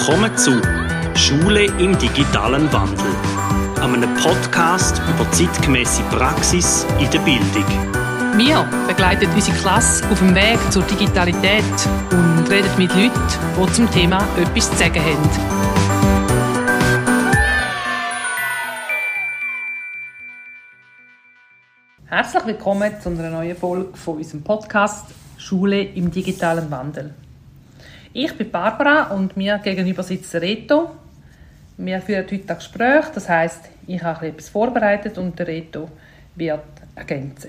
Willkommen zu «Schule im digitalen Wandel», einem Podcast über zeitgemäße Praxis in der Bildung. Wir begleiten unsere Klasse auf dem Weg zur Digitalität und reden mit Leuten, die zum Thema etwas zu sagen haben. Herzlich willkommen zu einer neuen Folge von unserem Podcast «Schule im digitalen Wandel». Ich bin Barbara und mir gegenüber sitzt Reto. Wir führen heute ein Gespräch, das heisst, ich habe etwas vorbereitet und der Reto wird ergänzen.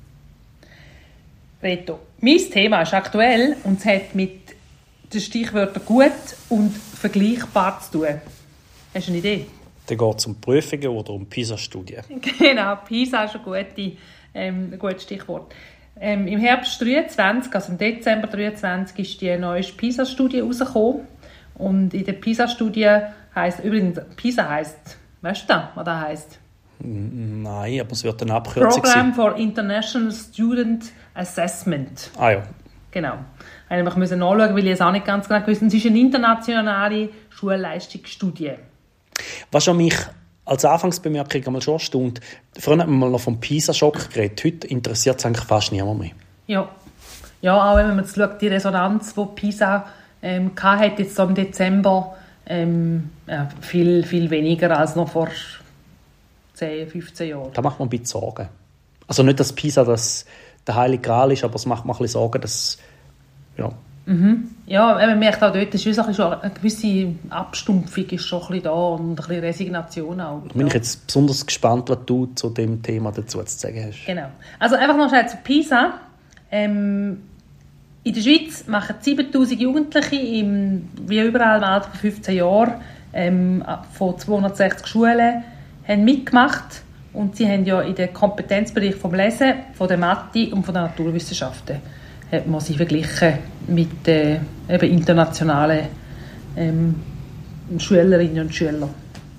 Reto, mein Thema ist aktuell und es hat mit den Stichwörtern gut und vergleichbar zu tun. Hast du eine Idee? Dann geht es um Prüfungen oder um PISA-Studien. Genau, PISA ist ein gutes Stichwort. Im Herbst 2023, also im Dezember 2023, ist die neue PISA-Studie herausgekommen. Und in der PISA-Studie heisst, übrigens, PISA heisst, weißt du, was das heisst? Nein, aber es wird eine Abkürzung Program for International Student Assessment. Ah ja. Genau. Ich musste nachschauen, weil ich es auch nicht ganz genau gewusst habe. Es ist eine internationale Schulleistungsstudie. Was schon mich als Anfangsbemerkung einmal schon erstaunt, früher haben wir mal noch vom PISA-Schock geredet. Heute interessiert es eigentlich fast niemand mehr. Ja, auch wenn man jetzt schaut, die Resonanz, die PISA hatte, jetzt so im Dezember, viel, viel weniger als noch vor 10, 15 Jahren. Da macht man ein bisschen Sorgen. Also nicht, dass PISA der Heilige Gral ist, aber es macht mir ein bisschen Sorgen, dass... Ja. Ja, man merkt auch dort, ist eine gewisse Abstumpfung ist schon ein bisschen da und ein bisschen Resignation auch. Da bin ich jetzt besonders gespannt, was du zu dem Thema dazu zu sagen hast. Genau. Also einfach noch schnell zu PISA. In der Schweiz machen 7000 Jugendliche wie überall im Alter von 15 Jahren von 260 Schulen haben mitgemacht und sie haben ja in den Kompetenzbereich vom Lesen, von der Mathe und von den Naturwissenschaften hat man sich verglichen mit internationalen Schülerinnen und Schülern.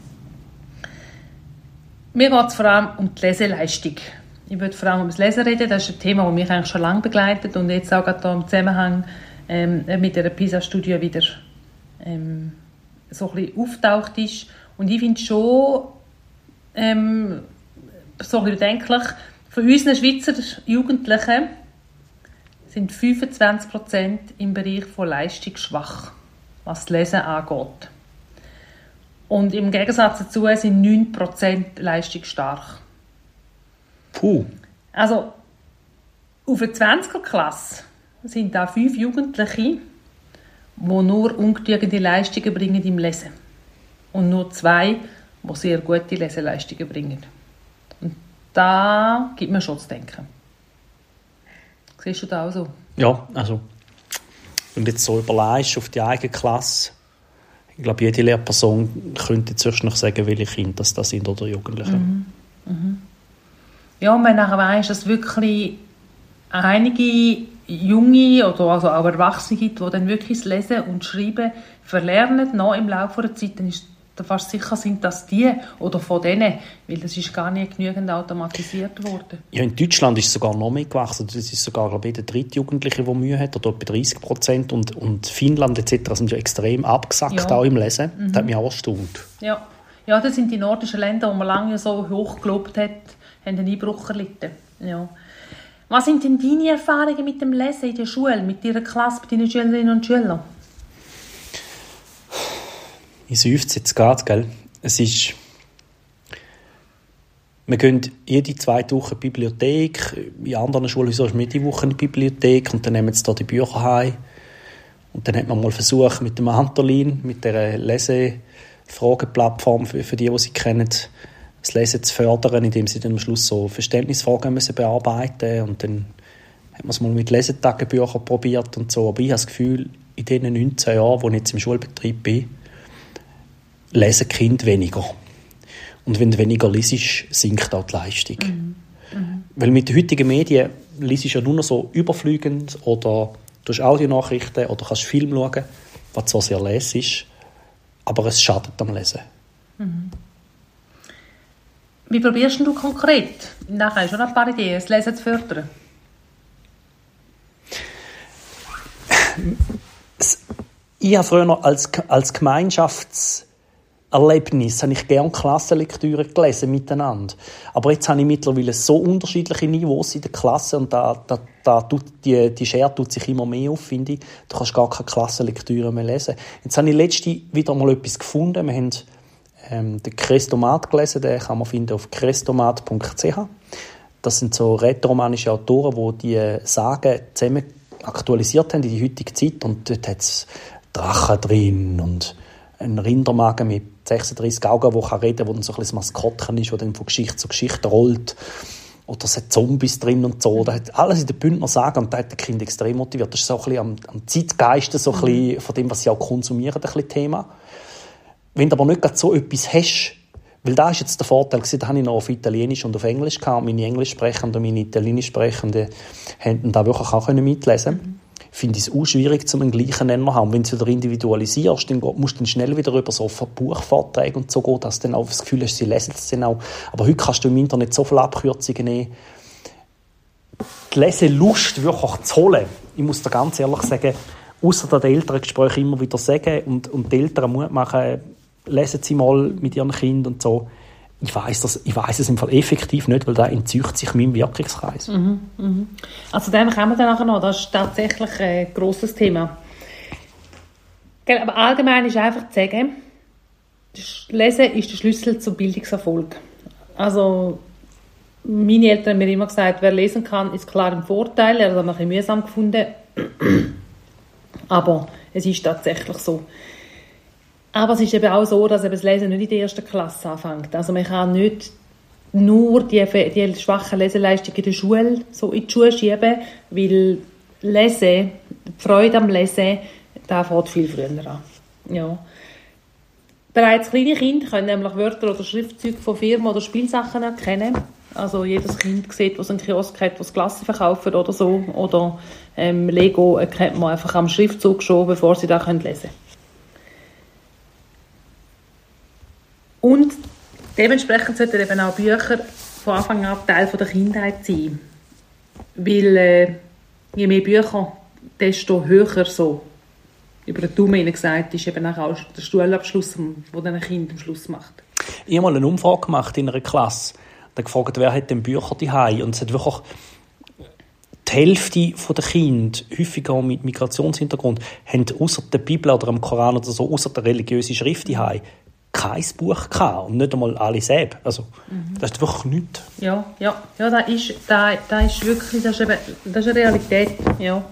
Mir geht es vor allem um die Leseleistung. Ich würde vor allem um das Lesen reden. Das ist ein Thema, das mich eigentlich schon lange begleitet und jetzt auch gerade im Zusammenhang mit der PISA-Studie wieder so ein bisschen auftaucht ist. Und ich finde schon so ein bisschen bedenklich, von unseren Schweizer Jugendlichen sind 25% im Bereich von Leistung schwach, was das Lesen angeht. Und im Gegensatz dazu sind 9% leistungsstark. Puh. Also auf eine 20er-Klasse sind da 5 Jugendliche, die nur ungenügende Leistungen bringen im Lesen. Und nur 2, die sehr gute Leseleistungen bringen. Und da gibt mir schon zu denken. Siehst du das auch so? Ja, also wenn du jetzt so überlegst auf die eigene Klasse, ich glaube, jede Lehrperson könnte jetzt noch sagen, welche Kinder das sind oder Jugendliche. Ja, und wenn nachher weisst, dass es wirklich einige Junge oder also auch Erwachsene gibt, die dann wirklich das Lesen und Schreiben verlernen, noch im Laufe der Zeit, dann ist fast sicher sind das die oder von denen, weil das ist gar nicht genügend automatisiert worden. Ja, in Deutschland ist es sogar noch mehr gewachsen. Das ist sogar, glaube ich, jeder dritte Jugendliche, der Mühe hat, oder etwa 30%. Und Finnland etc. sind ja extrem abgesackt, auch im Lesen. Das hat mich auch erstaunt. Ja, das sind die nordischen Länder, die man lange so hoch gelobt hat, haben einen Einbruch erlitten. Ja. Was sind denn deine Erfahrungen mit dem Lesen in der Schule, mit deiner Klasse, mit deinen Schülerinnen und Schülern? Ich seufze jetzt gerade, gell? Es ist... Wir gehen jede zweite Woche in die Bibliothek. In anderen Schulhäusern ist jede Woche in die Bibliothek und dann nehmen sie da die Bücher heim. Und dann hat man mal versucht, mit dem Antolin, mit der Lesefragenplattform für die sie kennen, das Lesen zu fördern, indem sie dann am Schluss so Verständnisfragen müssen bearbeiten. Und dann hat man es mal mit Lesetagebüchern probiert und so. Aber ich habe das Gefühl, in diesen 19 Jahren, wo ich jetzt im Schulbetrieb bin, lesen Kind weniger. Und wenn du weniger liest, sinkt auch die Leistung. Weil mit den heutigen Medien liest du ja nur noch so überfliegend oder du hast Audionachrichten oder kannst Film schauen, was zwar sehr lesest, aber es schadet am Lesen. Wie probierst du konkret? Nachher hast du schon ein paar Ideen, das Lesen zu fördern. Ich habe früher als Gemeinschaftserlebnis habe ich gerne Klassenlektüre gelesen miteinander. Aber jetzt habe ich mittlerweile so unterschiedliche Niveaus in der Klasse und die Schere tut sich immer mehr auf, finde ich. Du kannst gar keine Klassenlektüre mehr lesen. Jetzt habe ich letztens wieder mal etwas gefunden. Wir haben den Crestomat gelesen, den kann man finden auf crestomat.ch. Das sind so rätoromanische Autoren, die Sagen zusammen aktualisiert haben in die heutige Zeit. Und dort hat es Drachen drin und ein Rindermagen mit 36 Augen, der reden kann, der dann so ein bisschen das Maskottchen ist, der dann von Geschichte zu Geschichte rollt. Oder es hat Zombies drin und so. Da hat alles in den Bündner Sagen und da hat das Kind extrem motiviert. Das ist so ein bisschen am Zeitgeist so ein bisschen von dem, was sie auch konsumieren, ein bisschen Thema. Wenn du aber nicht gerade so etwas hast, weil da ist jetzt der Vorteil, da habe ich noch auf Italienisch und auf Englisch gehabt, meine Englischsprechenden und meine Italienischsprechenden haben da wirklich auch mitlesen. Finde ich es auch schwierig, einen gleichen Nenner zu haben. Wenn du es wieder individualisierst, dann musst du schnell wieder über so Buchvorträge und so gehen, dass du dann auch das Gefühl hast, sie lesen es dann auch. Aber heute kannst du im Internet so viele Abkürzungen nehmen. Die Leselust wirklich zu holen, ich muss dir ganz ehrlich sagen, ausser der Elterngespräche immer wieder sagen und die Eltern Mut machen, lesen sie mal mit ihren Kindern und so. Ich weiss es im Fall effektiv nicht, weil da entzieht sich meinem Wirkungskreis. Also dem kommen wir dann nachher noch. Das ist tatsächlich ein grosses Thema. Aber allgemein ist einfach zu sagen, Lesen ist der Schlüssel zum Bildungserfolg. Also meine Eltern haben mir immer gesagt, wer lesen kann, ist klar im Vorteil. Das habe ich ein bisschen mühsam gefunden. Aber es ist tatsächlich so. Aber es ist eben auch so, dass eben das Lesen nicht in der ersten Klasse anfängt. Also man kann nicht nur die schwache Leseleistung in der Schule so in die Schuhe schieben, weil Lesen, die Freude am Lesen, das fängt viel früher an. Ja. Bereits kleine Kinder können nämlich Wörter oder Schriftzeuge von Firmen oder Spielsachen erkennen. Also jedes Kind sieht, was einen Kiosk hat, was Klasse verkaufen oder so. Oder Lego erkennt man einfach am Schriftzug schon, bevor sie da lesen können. Und dementsprechend sollten eben auch Bücher von Anfang an Teil der Kindheit sein. Weil je mehr Bücher, desto höher so. Über den Daumen gesagt ist eben auch der Schulabschluss, den ein Kind am Schluss macht. Ich habe mal eine Umfrage gemacht in einer Klasse. Da gefragt, wer hat denn Bücher zu Hause? Und es hat wirklich die Hälfte der Kinder, häufiger mit Migrationshintergrund, haben außer der Bibel oder dem Koran oder so, außer der religiösen Schrift zu Hause, kein Buch gehabt und nicht einmal alle selbst. Also, das ist wirklich nichts. Ja, das ist wirklich, das ist eine Realität. Ja.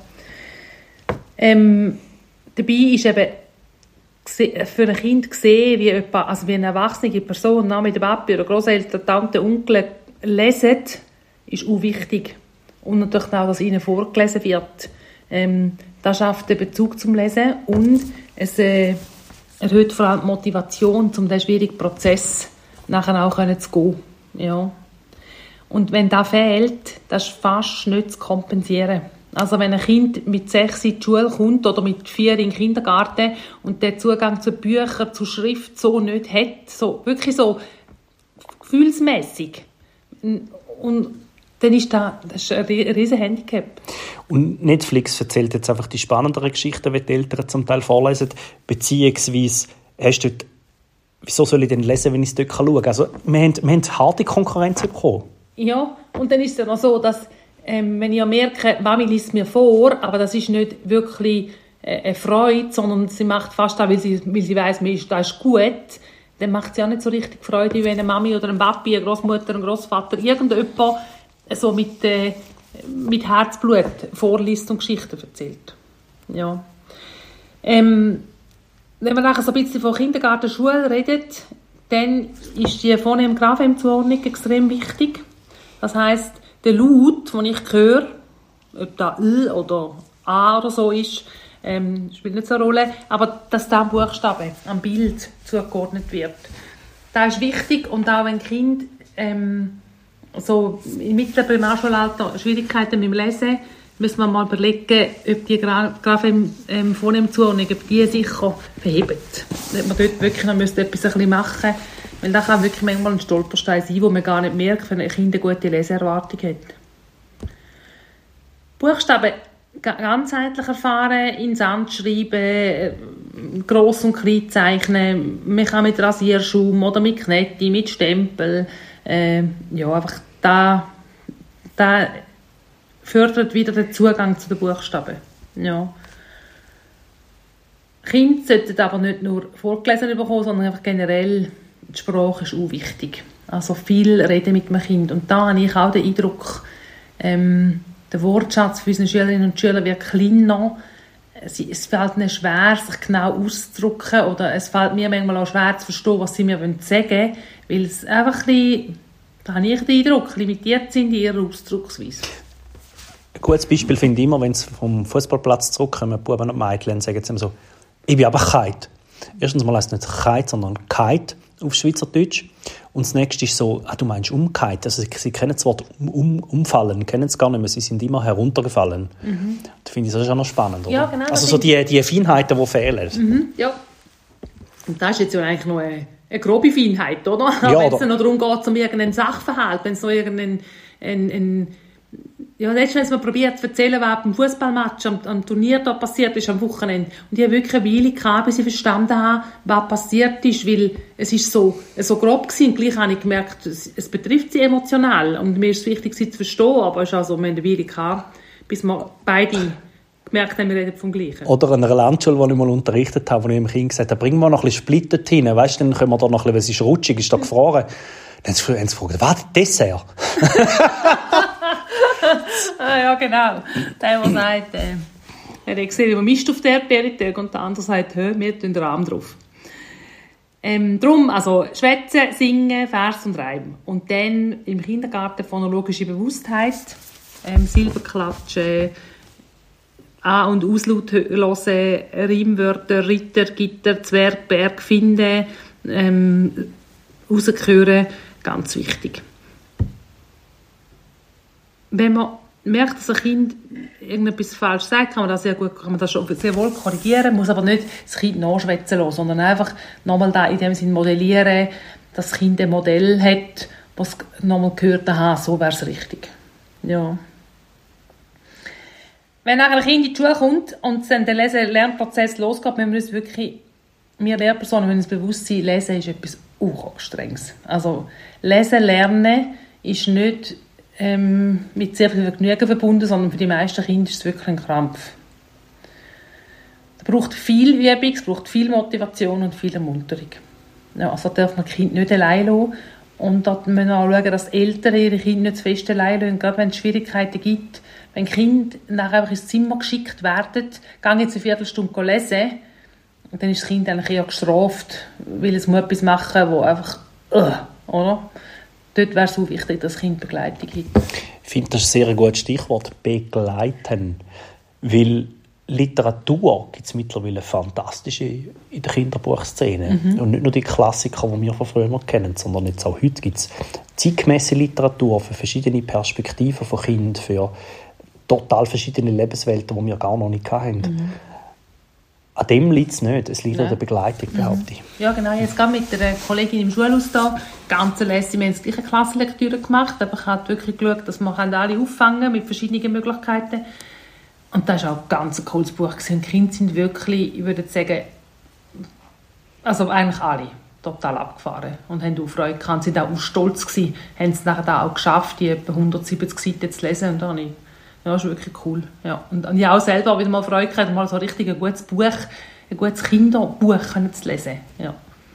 Dabei ist eben für ein Kind gesehen, wie eine erwachsene Person mit dem Papi oder Grosseltern, Tante, Onkel lesen, ist auch wichtig. Und natürlich auch, dass ihnen vorgelesen wird. Das schafft den Bezug zum Lesen und es erhöht vor allem die Motivation, um diesen schwierigen Prozess nachher auch zu gehen. Ja. Und wenn das fehlt, das ist fast nicht zu kompensieren. Also wenn ein Kind mit 6 in die Schule kommt oder mit 4 in den Kindergarten und der Zugang zu Büchern, zu Schrift so nicht hat, so, wirklich so gefühlsmässig, und dann ist das ist ein riesen Handicap. Und Netflix erzählt jetzt einfach die spannenderen Geschichten, die die Eltern zum Teil vorlesen, beziehungsweise hast du dort, wieso soll ich denn lesen, wenn ich es dort schauen kann? Also wir haben harte Konkurrenz bekommen. Ja, und dann ist es ja noch so, dass wenn ich merke, Mami liest mir vor, aber das ist nicht wirklich eine Freude, sondern sie macht fast das, weil sie weiss, das ist gut, dann macht sie auch nicht so richtig Freude, wie wenn eine Mami oder ein Papi, eine Großmutter, ein Großvater, irgendjemand so mit Herzblut vorliest und Geschichten erzählt. Ja. Wenn man nachher so ein bisschen von Kindergarten, Schule redet, dann ist die Phonem-Graphem-Zuordnung extrem wichtig. Das heisst, der Laut, den ich höre, ob da L oder A oder so ist, spielt nicht so eine Rolle, aber dass da am Buchstaben, am Bild zugeordnet wird. Das ist wichtig und auch wenn Kind so im mittleren Nachschulalter Schwierigkeiten mit dem Lesen, müssen wir mal überlegen, ob die Graphem-Phonem-Zuordnung, ob die sicher verhebt. Dass man dort wirklich noch etwas ein bisschen machen müsste. Weil das kann wirklich manchmal ein Stolperstein sein, wo man gar nicht merkt, wenn ein Kind eine gute Leseerwartung hat. Buchstaben ganzheitlich erfahren, in Sand schreiben, gross und klein zeichnen. Man kann mit Rasierschaum oder mit Knetti, mit Stempel. Einfach da fördert wieder den Zugang zu den Buchstaben. Ja. Kinder sollten aber nicht nur vorgelesen bekommen, sondern einfach generell, die Sprache ist auch wichtig. Also viel reden mit dem Kind. Und da habe ich auch den Eindruck, der Wortschatz für unsere Schülerinnen und Schüler wird kleiner. Es fällt ihnen schwer, sich genau auszudrücken, oder es fällt mir manchmal auch schwer zu verstehen, was sie mir sagen wollen, weil es einfach ein bisschen, da habe ich den Eindruck, limitiert sind in ihrer Ausdrucksweise. Ein gutes Beispiel finde ich immer, wenn sie vom Fußballplatz zurückkommen, Buben und Mädchen, sagen sie immer so, ich bin aber Kite. Erstens mal heisst es nicht Kite, sondern Kite auf Schweizerdeutsch. Und das nächste ist so, du meinst umkite. Also sie kennen das Wort umfallen, kennen es gar nicht mehr. Sie sind immer heruntergefallen. Mhm. Das finde ich auch noch spannend, oder? Ja, genau. Also so die Feinheiten, die fehlen. Mhm, ja. Und das ist jetzt ja eigentlich noch eine grobe Feinheit, oder? Ja, wenn es dann noch darum geht, um irgendeinen Sachverhalt, wenn es so irgendeinen letztens haben wir probiert zu erzählen, was beim Fußballmatch am Turnier da passiert ist am Wochenende. Und ich habe wirklich eine Weile gehabt, bis ich verstanden habe, was passiert ist, weil es ist so grob gewesen. Und gleich habe ich gemerkt, es betrifft sie emotional. Und mir ist es wichtig, sie zu verstehen, aber es ist also eine Weile gehabt, bis wir beide gemerkt haben, wir reden vom Gleichen. Oder an einer Landschule, die ich mal unterrichtet habe, wo ich dem Kind gesagt habe, bringen wir noch ein bisschen Splittet rein, weißt, dann können wir da noch ein bisschen, weil es ist rutschig, ist da gefroren. Dann haben sie gefragt, was, Dessert? Ja, genau. Der sagt, er hat gesehen, wie man Mist auf der Erdbeere und der andere sagt, wir tun den Rahmen drauf. Darum, also schwätzen, singen, Vers und Reim. Und dann im Kindergarten phonologische Bewusstheit, Silbenklatschen, An- und Auslaut hören, Reimwörter, Ritter, Gitter, Zwerg, Berg finden, raushören, ganz wichtig. Wenn man merkt, dass ein Kind irgendetwas falsch sagt, kann man das schon sehr wohl korrigieren, muss aber nicht das Kind nachschwätzen lassen, sondern einfach nochmal da in dem Sinne modellieren, dass das Kind ein Modell hat, was nochmal gehört hat, so wäre es richtig. Ja. Wenn nachher ein Kind in die Schule kommt und dann der Lernprozess losgeht, müssen wir uns wirklich, wir Lehrpersonen müssen uns bewusst sein, Lesen ist etwas Anstrengendes. Also Lesen, Lernen ist nicht mit sehr viel Vergnügen verbunden, sondern für die meisten Kinder ist es wirklich ein Krampf. Es braucht viel Übung, es braucht viel Motivation und viel Ermunterung. Ja, also darf man das Kind nicht allein lassen. Und da müssen wir auch schauen, dass die Eltern ihre Kinder nicht zu fest allein lassen, gerade wenn es Schwierigkeiten gibt. Wenn Kinder nachher einfach ins Zimmer geschickt werden, gehen jetzt eine Viertelstunde lesen, und dann ist das Kind eigentlich eher gestraft, weil es muss etwas machen muss, wo einfach, oder? Dort wäre es so wichtig, dass das Kind Begleitung gibt. Ich finde, das ist ein sehr gutes Stichwort, begleiten. Weil Literatur gibt es mittlerweile fantastische in der Kinderbuchszene. Mhm. Und nicht nur die Klassiker, die wir von früher kennen, sondern jetzt auch heute gibt es zeitgemäße Literatur für verschiedene Perspektiven von Kindern, für total verschiedene Lebenswelten, die wir gar noch nicht hatten. Mhm. An dem liegt es nicht. Es liegt an der Begleitung, behaupte ich. Ja, genau. Jetzt gerade mit der Kollegin im Schulhaus da, ganz lässig, wir haben die gleiche Klassenlektüre gemacht, aber ich habe wirklich geschaut, dass wir alle auffangen mit verschiedenen Möglichkeiten. Und das war auch ein ganz cooles Buch. Die Kinder sind wirklich, ich würde sagen, also eigentlich alle total abgefahren und haben auch Freude gehabt, sind auch stolz gewesen, haben es nachher auch geschafft, die etwa 170 Seiten zu lesen. Und dann ja, das ist wirklich cool. Ja. Und ich habe auch selber wieder mal Freude gehabt, mal so richtig ein gutes Buch, ein gutes Kinderbuch zu lesen. Ja.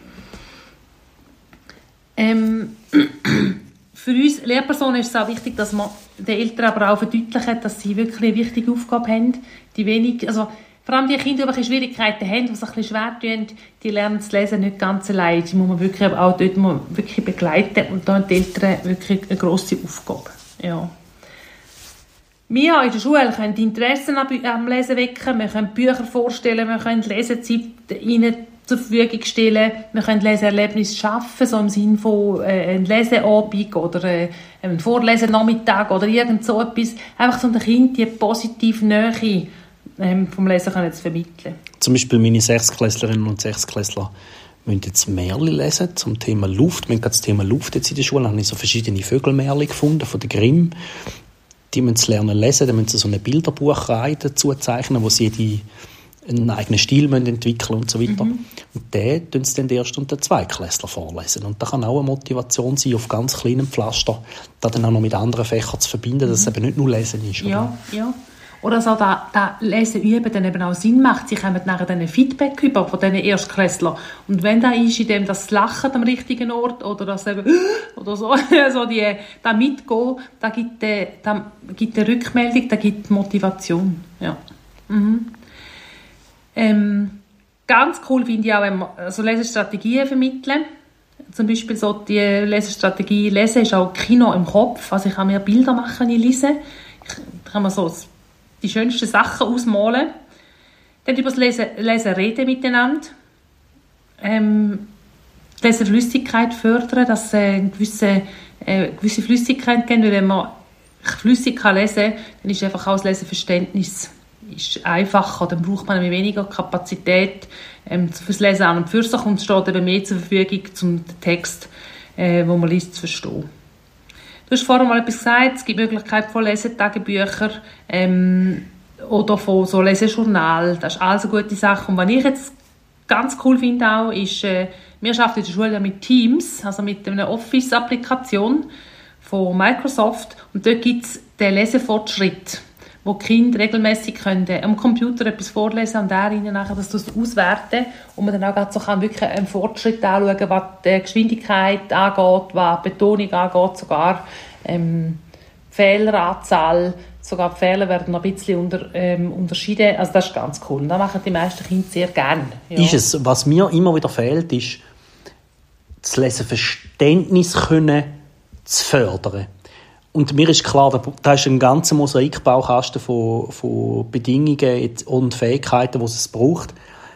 Für uns Lehrpersonen ist es auch wichtig, dass man den Eltern aber auch verdeutlichen, dass sie wirklich eine wichtige Aufgabe haben. Vor allem die Kinder, die Schwierigkeiten haben, die sich ein bisschen schwer tun, die lernen zu lesen nicht ganz allein. Die muss man wirklich auch dort wirklich begleiten, und da haben die Eltern wirklich eine grosse Aufgabe. Ja. Wir in der Schule können die Interessen am Lesen wecken, wir können Bücher vorstellen, wir können Lesezeit ihnen zur Verfügung stellen, wir können Leseerlebnisse schaffen, so im Sinne von einem Leseabend oder einem Vorlesenachmittag oder irgend so etwas. Einfach so den Kindern die positive Nähe vom Lesen zu vermitteln. Zum Beispiel meine Sechstklässlerinnen und Sechstklässler müssen jetzt Märchen lesen zum Thema Luft. Wir haben das Thema Luft jetzt in der Schule, habe ich so verschiedene Vögelmärchen gefunden von der Grimm. Die müssen lernen lesen, dann müssen sie so eine Bilderbuchreihe dazu zeichnen, wo sie einen eigenen Stil entwickeln und so weiter. Und den tun sie dann den Erst- und den Zweitklässler vorlesen. Und das kann auch eine Motivation sein, auf ganz kleinem Pflaster, das dann auch noch mit anderen Fächern zu verbinden, dass es eben nicht nur Lesen ist. Ja, ja. Oder so, da Lesen üben dann eben auch Sinn macht. Sie kommen nachher dann ein Feedback über von diesen Erstklässlern. Und wenn da ist, in dem das Lachen am richtigen Ort oder das eben oder so, also da mitgehen, da gibt eine Rückmeldung, da gibt Motivation. Ja. Ganz cool finde ich auch, wenn man so Lesestrategien vermitteln. Zum Beispiel so die Lesestrategie, Lesen ist auch Kino im Kopf. Also ich kann mir Bilder machen, ich lese. Ich kann mir so die schönsten Sachen ausmalen. Dann über das Lesen reden miteinander. Die Leseflüssigkeit fördern, dass eine gewisse Flüssigkeit geben. Weil wenn man flüssig lesen kann, dann ist einfach auch das Leseverständnis ist einfacher. Dann braucht man weniger Kapazität fürs Lesen an und für sich und steht eben mehr zur Verfügung, um den Text, wo man liest, zu verstehen. Du hast vorhin mal etwas gesagt, es gibt die Möglichkeit von Lesetagebüchern oder von so Lesejournal. Das ist alles eine gute Sache. Und was ich jetzt ganz cool finde auch, ist, wir arbeiten in der Schule mit Teams, also mit einer Office-Applikation von Microsoft. Und dort gibt es den Lesefortschritt, wo die Kinder regelmässig am Computer etwas vorlesen und darin nachher das auswerten und man dann auch so kann wirklich einen Fortschritt anschauen, was die Geschwindigkeit angeht, was die Betonung angeht, sogar Fehleranzahl, sogar die Fehler werden noch ein bisschen unterschieden. Also das ist ganz cool. Und das machen die meisten Kinder sehr gerne. Ja. Ist es, was mir immer wieder fehlt, ist, das Leseverständnis zu fördern. Und mir ist klar, da ist ein ganzer Mosaikbaukasten von Bedingungen und Fähigkeiten, die es braucht.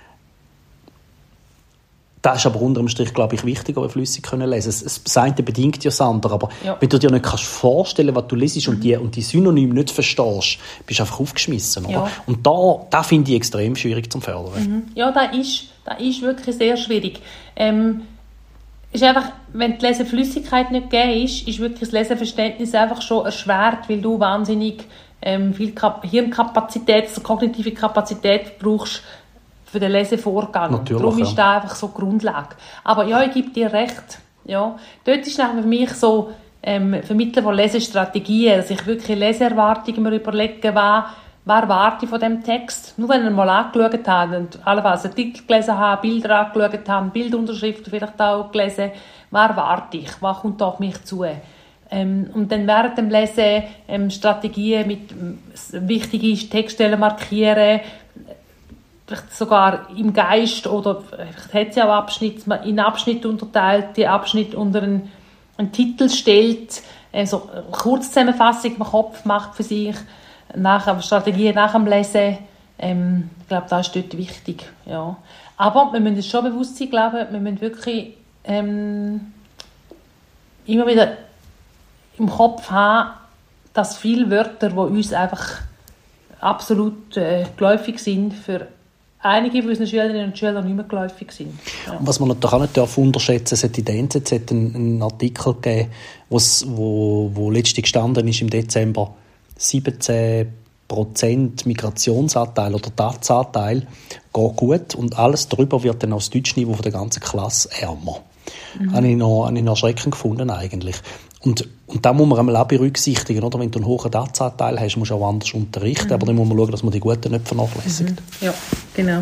Das ist aber unter dem Strich, glaube ich, wichtiger, als flüssig lesen. Das eine bedingt ja das andere. Aber wenn du dir nicht vorstellen kannst, was du liest und die Synonyme nicht verstehst, bist du einfach aufgeschmissen. Oder? Ja. Und da finde ich extrem schwierig zum Fördern. Ja, das ist wirklich sehr schwierig. Ist einfach, wenn die Leseflüssigkeit nicht gegeben ist wirklich das Leseverständnis einfach schon erschwert, weil du wahnsinnig viel Hirnkapazität, also kognitive Kapazität brauchst für den Lesevorgang. Natürlich, darum ist das einfach so die Grundlage. Aber ja, ich gebe dir recht. Ja. Dort ist für mich so Vermitteln von Lesestrategien, dass ich wirklich Leseerwartungen mir überlege, was erwarte ich von diesem Text. Nur wenn ich ihn mal angeschaut habe und allenfalls einen Titel gelesen habe, Bilder angeschaut habe, Bildunterschriften vielleicht auch gelesen, was erwarte ich, was kommt auf mich zu. Und dann während dem Lesen Strategien mit wichtig ist, Textstellen markieren, vielleicht sogar im Geist oder vielleicht hat sie auch in Abschnitte unterteilt, die Abschnitte unter einen Titel stellt, so eine Kurzzusammenfassung im Kopf macht für sich, Strategien nach dem Lesen. Ich glaube, das ist dort wichtig. Ja. Aber wir müssen uns schon bewusst sein, glaube wir müssen wirklich immer wieder im Kopf haben, dass viele Wörter, die uns einfach absolut geläufig sind, für einige von unseren Schülerinnen und Schülern nicht mehr geläufig sind. Ja. Und was man natürlich auch nicht unterschätzen darf, es hat in der NZZ einen Artikel gegeben, wo letztlich gestanden ist im Dezember, 17% Migrationsanteil oder Tatzanteil geht gut und alles darüber wird dann als Deutschniveau von der ganzen Klasse ärmer. Habe ich noch erschreckend gefunden eigentlich. Und da muss man einmal auch berücksichtigen, oder? Wenn du einen hohen Tatzanteil hast, musst du auch anders unterrichten, aber dann muss man schauen, dass man die Guten nicht vernachlässigt. Ja, genau.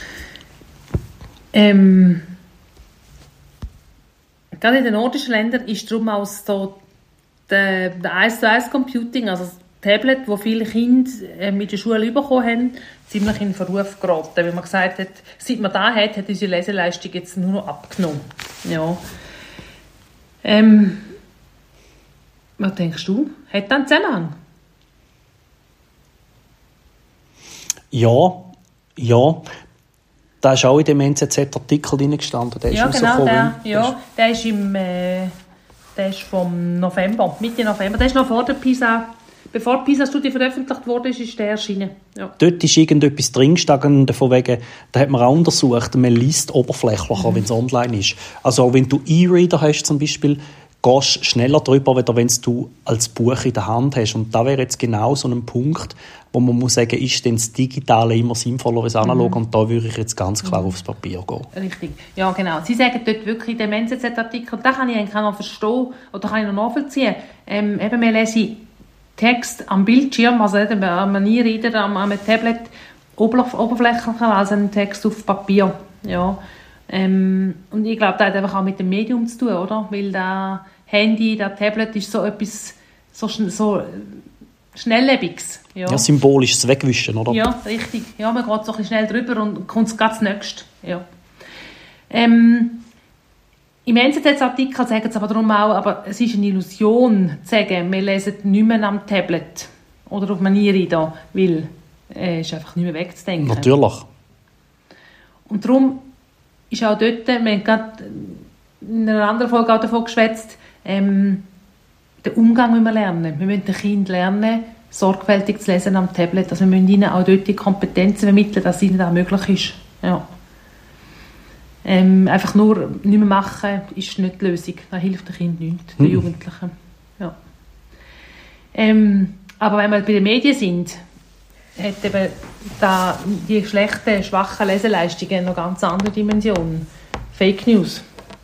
Gerade in den nordischen Ländern ist darum auch so der 1:1 Computing, also das Tablet, das viele Kinder mit der Schule bekommen haben, ziemlich in Verruf geraten. Weil man gesagt hat, seit man das hat unsere Leseleistung jetzt nur noch abgenommen. Ja. Was denkst du? Hat das einen Zusammenhang? Ja. Da ist auch in dem NZZ-Artikel drin gestanden. Der ist rausgekommen. Der ist vom November, Mitte November. Der ist noch vor der PISA. Bevor die PISA-Studie veröffentlicht wurde, ist der erschienen. Ja. Dort ist irgendetwas drin davon wegen, da hat man auch untersucht, man liest oberflächlicher, wenn es online ist. Also auch wenn du E-Reader hast zum Beispiel, geht gehst schneller drüber, als wenn du als Buch in der Hand hast. Und da wäre jetzt genau so ein Punkt, wo man muss sagen, ist denn das Digitale immer sinnvoller als analog? Und da würde ich jetzt ganz klar aufs Papier gehen. Richtig, ja genau. Sie sagen dort wirklich in dem NZZ-Artikel, da kann ich eigentlich auch noch verstehen, oder kann ich noch nachvollziehen. Eben, wir lesen Text am Bildschirm, also nicht am E-Reader, am Tablet, oberflächlicher als ein Text auf Papier. Ja. Und ich glaube, das hat einfach auch mit dem Medium zu tun, oder? Weil das Handy, das Tablet ist so etwas so Schnelllebiges. Ja, symbolisches Wegwischen, oder? Ja, richtig. Ja, man geht so ein bisschen schnell drüber und kommt ganz nächst. Ja. Im NZZ-Artikel sagen sie aber darum auch, aber es ist eine Illusion zu sagen, wir lesen nicht mehr am Tablet oder auf Maniere da, weil es ist einfach nicht mehr wegzudenken. Natürlich. Und darum ist auch dort, wir haben gerade in einer anderen Folge auch davon geschwätzt, den Umgang müssen wir lernen. Wir müssen den Kindern lernen, sorgfältig zu lesen am Tablet. Also wir müssen ihnen auch dort die Kompetenzen vermitteln, dass ihnen das möglich ist. Ja. Einfach nur nicht mehr machen, ist nicht die Lösung. Das hilft den Kindern nicht, den Jugendlichen. Ja. Aber wenn wir bei den Medien sind, hat eben die schlechten, schwachen Leseleistungen noch ganz andere Dimensionen. Fake News.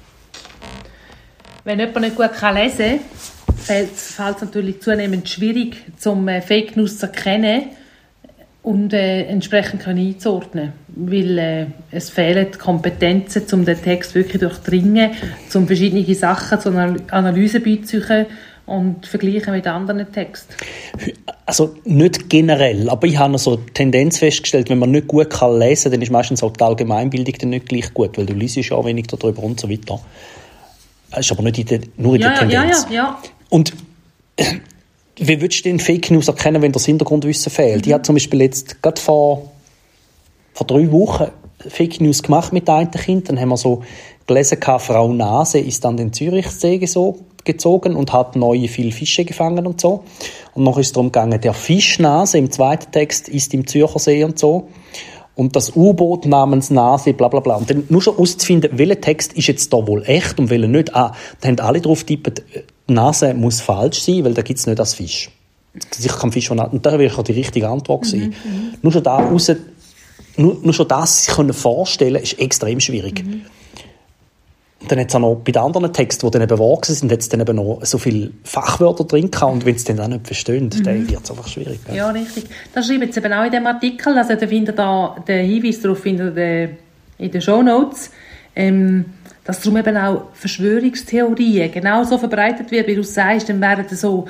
Wenn jemand nicht gut lesen kann, fällt es natürlich zunehmend schwierig, Fake News zu erkennen und entsprechend einzuordnen. Weil es fehlen Kompetenzen, um den Text wirklich durchdringen, um verschiedene Sachen zur Analyse beizufügen und vergleichen mit anderen Texten. Also nicht generell, aber ich habe noch so eine Tendenz festgestellt, wenn man nicht gut lesen kann, dann ist meistens auch die Allgemeinbildung dann nicht gleich gut, weil du liest ja auch wenig darüber und so weiter. Das ist aber nicht nur in der Tendenz. Ja. Und wie würdest du den Fake News erkennen, wenn das Hintergrundwissen fehlt? Ich habe zum Beispiel jetzt gerade vor 3 Wochen Fake News gemacht mit einem Kind. Dann haben wir so gelesen, Frau Nase ist an den Zürichsee gezogen und hat viele Fische gefangen und so. Und noch ist es darum gegangen, der Fisch Nase im zweiten Text ist im Zürcher See und so. Und das U-Boot namens Nase, bla bla bla. Und dann nur schon auszufinden, welcher Text ist jetzt da wohl echt und welcher nicht. Dann haben alle drauf getippt, Nase muss falsch sein, weil da gibt es nicht als Fisch. Sicher kein Fisch, und da wäre auch die richtige Antwort gewesen. Nur schon das sich vorstellen ist extrem schwierig. Und dann hat es auch noch bei den anderen Texten, die dann eben wahr sind, hat es dann eben noch so viele Fachwörter drin gehabt. Und wenn sie dann auch nicht verstehen, dann wird es einfach schwierig. Ja, richtig. Das schreiben sie eben auch in dem Artikel. Also da findet ihr den Hinweis darauf in den Shownotes, dass darum eben auch Verschwörungstheorien genauso verbreitet wird, wie du sagst, dann werden so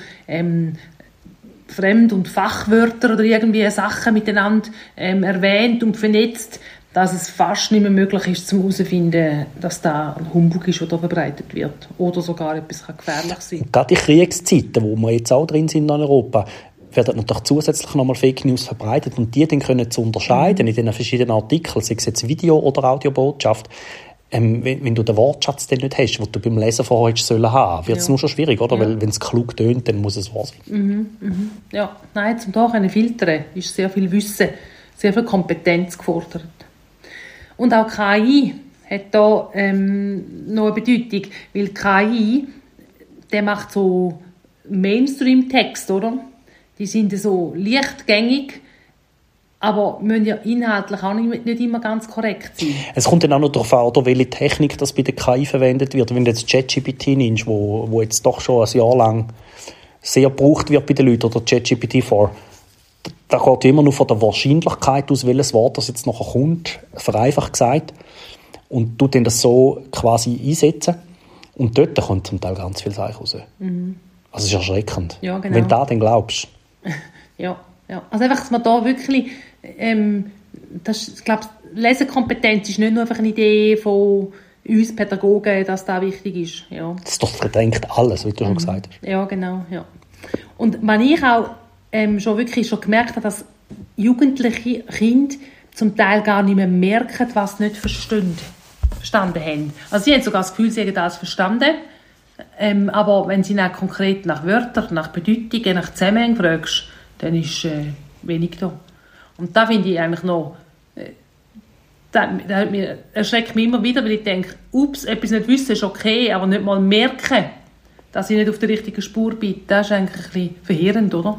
Fremd- und Fachwörter oder irgendwie Sachen miteinander erwähnt und vernetzt, dass es fast nicht mehr möglich ist, herauszufinden, dass da ein Humbug ist, der da verbreitet wird. Oder sogar etwas gefährlich sein kann. Gerade in Kriegszeiten, wo wir jetzt auch drin sind in Europa, werden natürlich zusätzlich nochmal Fake News verbreitet und die dann können zu unterscheiden in den verschiedenen Artikeln, sei es jetzt Video- oder Audiobotschaft. Wenn du den Wortschatz dann nicht hast, den du beim Lesen vorher hättest sollen haben, wird es nur schon schwierig, oder? Ja. Weil wenn es klug tönt, dann muss es wahr sein. Ja, nein, zum da filtern ist sehr viel Wissen, sehr viel Kompetenz gefordert. Und auch KI hat da noch eine Bedeutung, weil KI, der macht so Mainstream-Text, oder? Die sind so leichtgängig, aber müssen ja inhaltlich auch nicht immer ganz korrekt sein. Es kommt dann auch noch darauf an, welche Technik das bei der KI verwendet wird. Wenn du jetzt ChatGPT nimmst, wo jetzt doch schon ein Jahr lang sehr gebraucht wird bei den Leuten, oder ChatGPT-4, da geht immer nur von der Wahrscheinlichkeit aus, welches Wort das jetzt nachher kommt, vereinfacht gesagt. Und du dann das so quasi einsetzen. Und dort kommt zum Teil ganz viel Zeug raus. Also es ist erschreckend. Ja, genau. Wenn du das dann glaubst. Ja. Also einfach, dass man da wirklich, ich glaube, Lesekompetenz ist nicht nur einfach eine Idee von uns Pädagogen, dass das wichtig ist. Ja. Das ist doch verdrängt alles, wie du schon gesagt hast. Ja, genau. Ja. Und wenn ich auch schon gemerkt habe, dass jugendliche Kinder zum Teil gar nicht mehr merken, was sie nicht verstanden haben. Also sie haben sogar das Gefühl, sie hätten das verstanden. Aber wenn sie dann konkret nach Wörtern, nach Bedeutungen, nach Zusammenhängen fragst, dann ist wenig da. Und da finde ich eigentlich noch, erschreckt mich immer wieder, weil ich denke, etwas nicht wissen ist okay, aber nicht mal merken, dass ich nicht auf der richtigen Spur bin, das ist eigentlich ein bisschen verheerend, oder?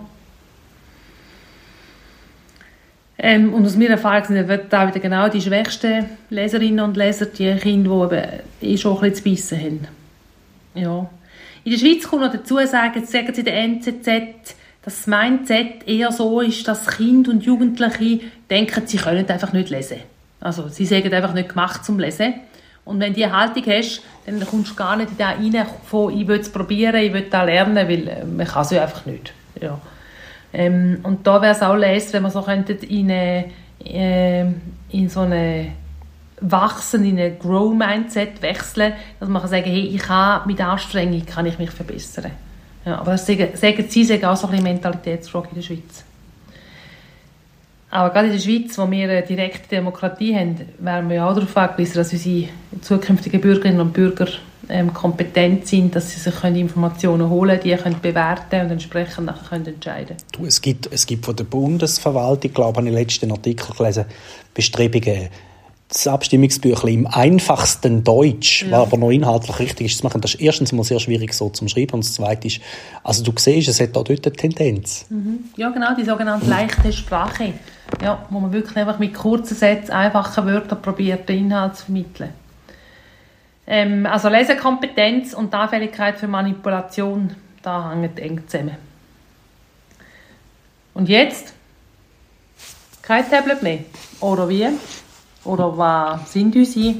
Und aus meiner Erfahrung sind da wieder genau die schwächsten Leserinnen und Leser, die Kinder, die eben schon ein bisschen zu beißen haben. Ja. In der Schweiz kommt noch dazu, sagen sie in der NZZ, dass das Mindset eher so ist, dass Kinder und Jugendliche denken, sie können einfach nicht lesen. Also sie sagen einfach nicht gemacht zum Lesen. Und wenn du diese Haltung hast, dann kommst du gar nicht in das rein, von ich will es probieren, ich will das lernen, weil man kann es ja einfach nicht. Ja. Und da wäre es auch lesend, wenn man so könnte in so eine Wachsen, in ein Grow-Mindset wechseln, dass man kann sagen, hey, ich kann mit Anstrengung kann ich mich verbessern. Ja, aber das sagen sie auch so ein bisschen Mentalitätsfrage in der Schweiz. Aber gerade in der Schweiz, wo wir eine direkte Demokratie haben, werden wir auch darauf angewiesen, dass unsere zukünftigen Bürgerinnen und Bürger kompetent sind, dass sie sich Informationen holen können, die können bewerten und entsprechend nachher können entscheiden können. Es gibt von der Bundesverwaltung, glaube ich, in den letzten Artikel gelesen, Bestrebungen, das Abstimmungsbüchlein im einfachsten Deutsch, was aber noch inhaltlich richtig ist zu machen. Das ist erstens mal sehr schwierig so zum Schreiben und das Zweite ist, also du siehst, es hat auch dort eine Tendenz. Ja genau, die sogenannte leichte Sprache, ja, wo man wirklich einfach mit kurzen Sätzen, einfachen Wörtern probiert, den Inhalt zu vermitteln. Also Lesekompetenz und die Anfälligkeit für Manipulation, da hängen eng zusammen. Und jetzt? Kein Tablet mehr? Oder wie? Oder was sind unsere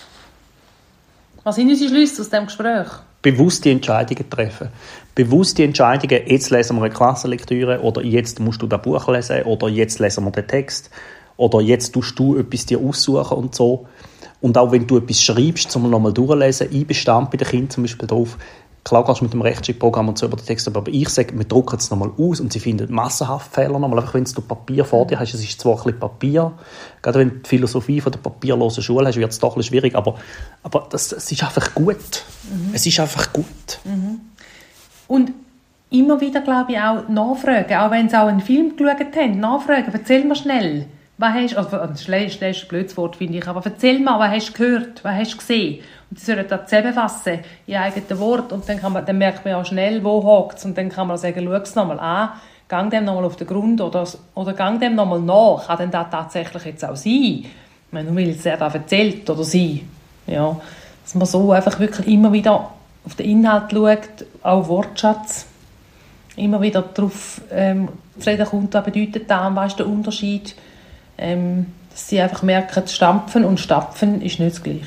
Schlüsse aus diesem Gespräch? Bewusste Entscheidungen treffen. Bewusste Entscheidungen, jetzt lesen wir eine Klassenlektüre oder jetzt musst du das Buch lesen oder jetzt lesen wir den Text oder jetzt tust du etwas dir aussuchen und so. Und auch wenn du etwas schreibst, zum nochmal durchlesen, ich bestand bei den Kindern zum Beispiel drauf, klar gehst du mit dem Rechtschreibprogramm und so über den Text, aber ich sage, wir drucken es nochmal aus und sie finden massenhaft Fehler nochmal. Einfach wenn du Papier vor dir hast, es ist zwar ein bisschen Papier, gerade wenn du die Philosophie von der papierlosen Schule hast, wird es doch ein bisschen schwierig, aber es ist einfach gut. Es ist einfach gut. Und immer wieder, glaube ich, auch nachfragen, auch wenn sie auch einen Film geschaut haben, nachfragen, erzähl mir schnell. Was hast, also das ist ein blödes Wort, finde ich, aber erzähl mal, was hast du gehört, was hast du gesehen? Und sie sollen das zusammenfassen in eigenen Worten und dann merkt man auch schnell, wo hakt es und dann kann man sagen, schau es nochmal an, gang dem nochmal auf den Grund oder gang dem nochmal nach, kann denn das tatsächlich jetzt auch sein? Wenn du willst, er das erzählt oder sie. Ja, dass man so einfach wirklich immer wieder auf den Inhalt schaut, auch Wortschatz, immer wieder darauf zu reden kommt, was bedeutet das, was ist der Unterschied, dass sie einfach merken, stampfen und stapfen ist nicht das Gleiche.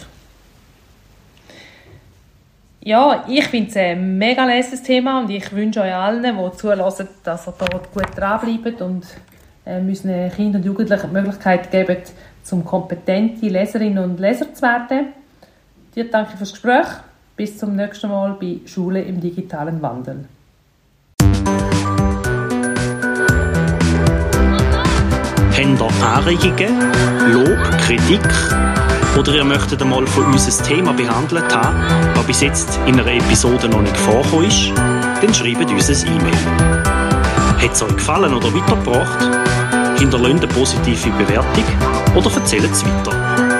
Ja, ich finde es ein mega lesendes Thema und ich wünsche euch allen, die zuhören, dass ihr dort gut dranbleibt und unseren Kindern und Jugendlichen die Möglichkeit geben, zum kompetente Leserinnen und Leser zu werden. Dir danke fürs Gespräch. Bis zum nächsten Mal bei Schule im digitalen Wandel. Habt ihr Anregungen, Lob, Kritik oder ihr möchtet einmal von uns ein Thema behandelt haben, das bis jetzt in einer Episode noch nicht vorgekommen ist, dann schreibt uns ein E-Mail. Hat es euch gefallen oder weitergebracht? Hinterlasst eine positive Bewertung oder erzählt es weiter.